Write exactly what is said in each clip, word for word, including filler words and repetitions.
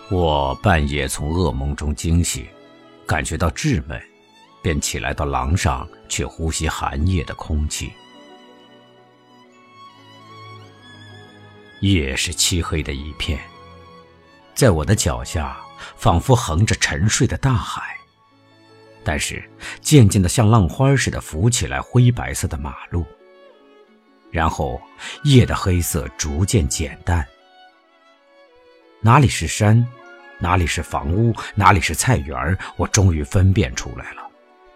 我半夜从噩梦中惊醒，感觉到稚闷，便起来到廊上去呼吸寒夜的空气。夜是漆黑的一片，在我的脚下仿佛横着沉睡的大海，但是渐渐地像浪花似的浮起来灰白色的马路，然后夜的黑色逐渐减淡。哪里是山，哪里是房屋，哪里是菜园，我终于分辨出来了。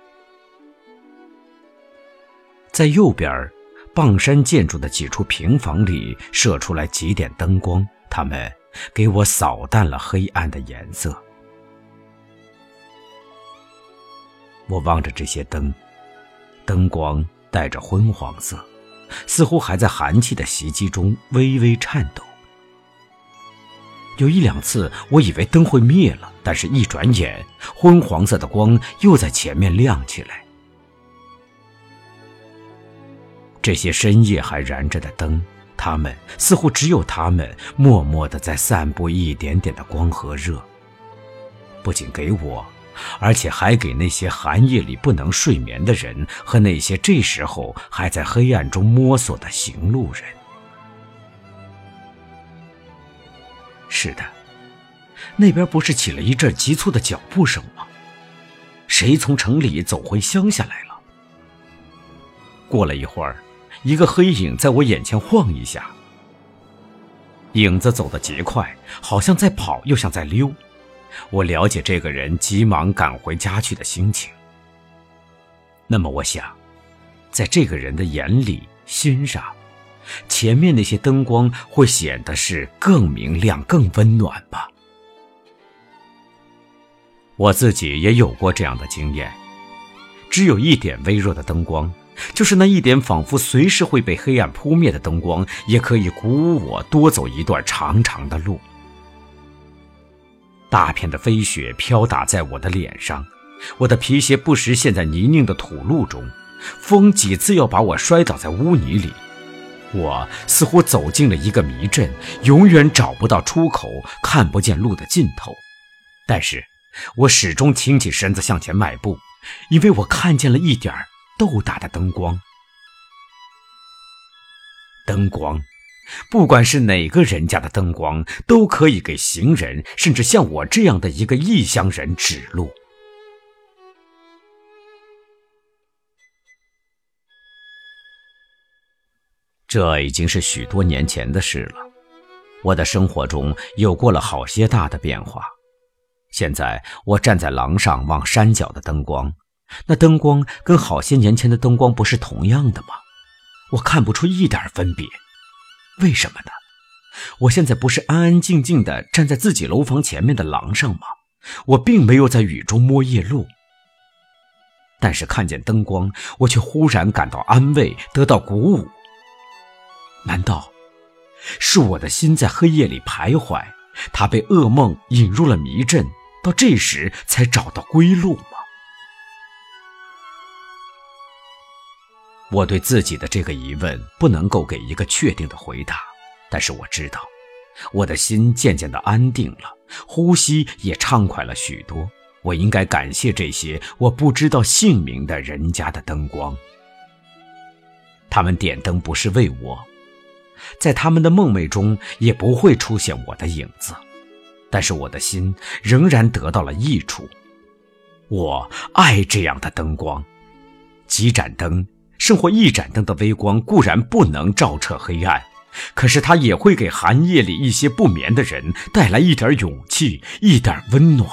在右边，傍山建筑的几处平房里射出来几点灯光，它们给我扫淡了黑暗的颜色。我望着这些灯，灯光带着昏黄色，似乎还在寒气的袭击中微微颤抖。有一两次我以为灯会灭了，但是一转眼，昏黄色的光又在前面亮起来。这些深夜还燃着的灯，它们似乎只有它们默默地在散布一点点的光和热，不仅给我，而且还给那些寒夜里不能睡眠的人和那些这时候还在黑暗中摸索的行路人。是的，那边不是起了一阵急促的脚步声吗？谁从城里走回乡下来了？过了一会儿，一个黑影在我眼前晃一下，影子走得极快，好像在跑又像在溜。我了解这个人急忙赶回家去的心情。那么我想，在这个人的眼里心上，前面那些灯光会显得是更明亮更温暖吧。我自己也有过这样的经验，只有一点微弱的灯光，就是那一点仿佛随时会被黑暗扑灭的灯光，也可以鼓舞我多走一段长长的路。大片的飞雪飘打在我的脸上，我的皮鞋不时陷在泥泞的土路中，风几次要把我摔倒在污泥里。我似乎走进了一个迷阵，永远找不到出口，看不见路的尽头。但是我始终挺起身子向前迈步，因为我看见了一点豆大的灯光。灯光，不管是哪个人家的灯光，都可以给行人，甚至像我这样的一个异乡人指路。这已经是许多年前的事了，我的生活中有过了好些大的变化。现在我站在廊上望山脚的灯光，那灯光跟好些年前的灯光不是同样的吗？我看不出一点分别。为什么呢？我现在不是安安静静地站在自己楼房前面的廊上吗？我并没有在雨中摸夜路。但是看见灯光，我却忽然感到安慰，得到鼓舞。难道是我的心在黑夜里徘徊，它被噩梦引入了迷阵，到这时才找到归路吗？我对自己的这个疑问不能够给一个确定的回答，但是我知道，我的心渐渐地安定了，呼吸也畅快了许多。我应该感谢这些我不知道姓名的人家的灯光。他们点灯不是为我，在他们的梦寐中也不会出现我的影子，但是我的心仍然得到了益处。我爱这样的灯光。几盏灯，胜过一盏灯的微光固然不能照彻黑暗，可是它也会给寒夜里一些不眠的人带来一点勇气，一点温暖。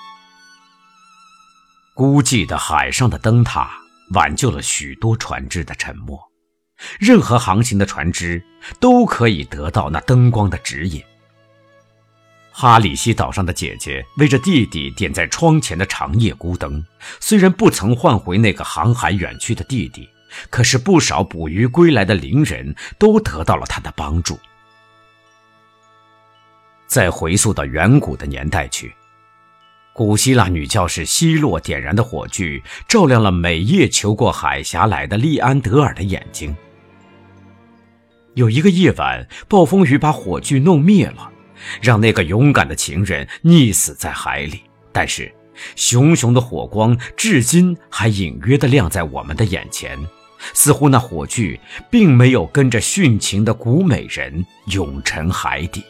孤寂的海上的灯塔挽救了许多船只的沉没，任何航行的船只都可以得到那灯光的指引。哈里西岛上的姐姐为着弟弟点在窗前的长夜孤灯，虽然不曾换回那个航海远去的弟弟，可是不少捕鱼归来的邻人都得到了他的帮助。再回溯到远古的年代去，古希腊女教士希洛点燃的火炬照亮了每夜求过海峡来的利安德尔的眼睛。有一个夜晚，暴风雨把火炬弄灭了， 让那个勇敢的情人溺死在海里。但是熊熊的火光至今还隐约地亮在我们的眼前，似乎那火炬并没有跟着殉情的古美人永沉海底。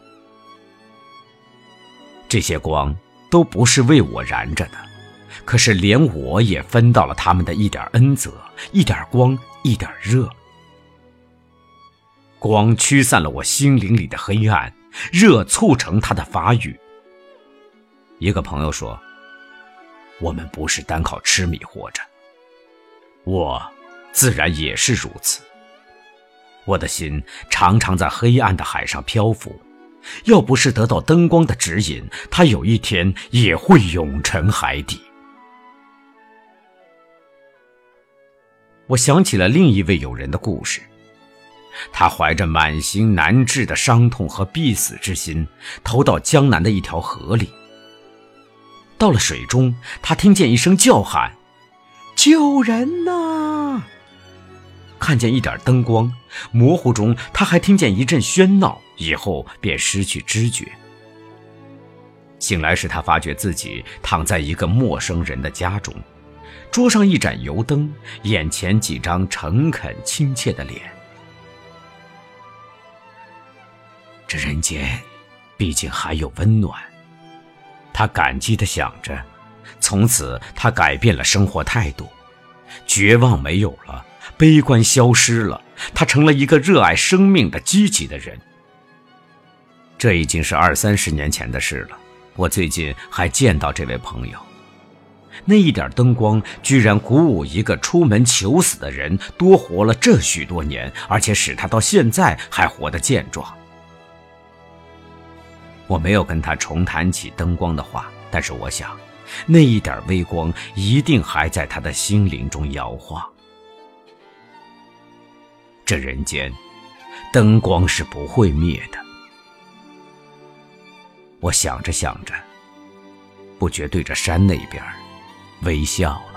这些光都不是为我燃着的，可是连我也分到了他们的一点恩泽，一点光，一点热。光驱散了我心灵里的黑暗，热促成它的发育。一个朋友说，我们不是单靠吃米活着，我自然也是如此。我的心常常在黑暗的海上漂浮，要不是得到灯光的指引，它有一天也会永沉海底。我想起了另一位友人的故事，他怀着满心难治的伤痛和必死之心，投到江南的一条河里。到了水中，他听见一声叫喊，救人呐！看见一点灯光，模糊中他还听见一阵喧闹，以后便失去知觉。醒来时，他发觉自己躺在一个陌生人的家中，桌上一盏油灯，眼前几张诚恳亲切的脸。这人间毕竟还有温暖，他感激地想着。从此他改变了生活态度，绝望没有了，悲观消失了，他成了一个热爱生命的积极的人。这已经是二三十年前的事了，我最近还见到这位朋友。那一点灯光居然鼓舞一个出门求死的人多活了这许多年，而且使他到现在还活得健壮。我没有跟他重谈起灯光的话，但是我想那一点微光一定还在他的心灵中摇晃。这人间灯光是不会灭的。我想着想着，不觉对着山那边微笑了。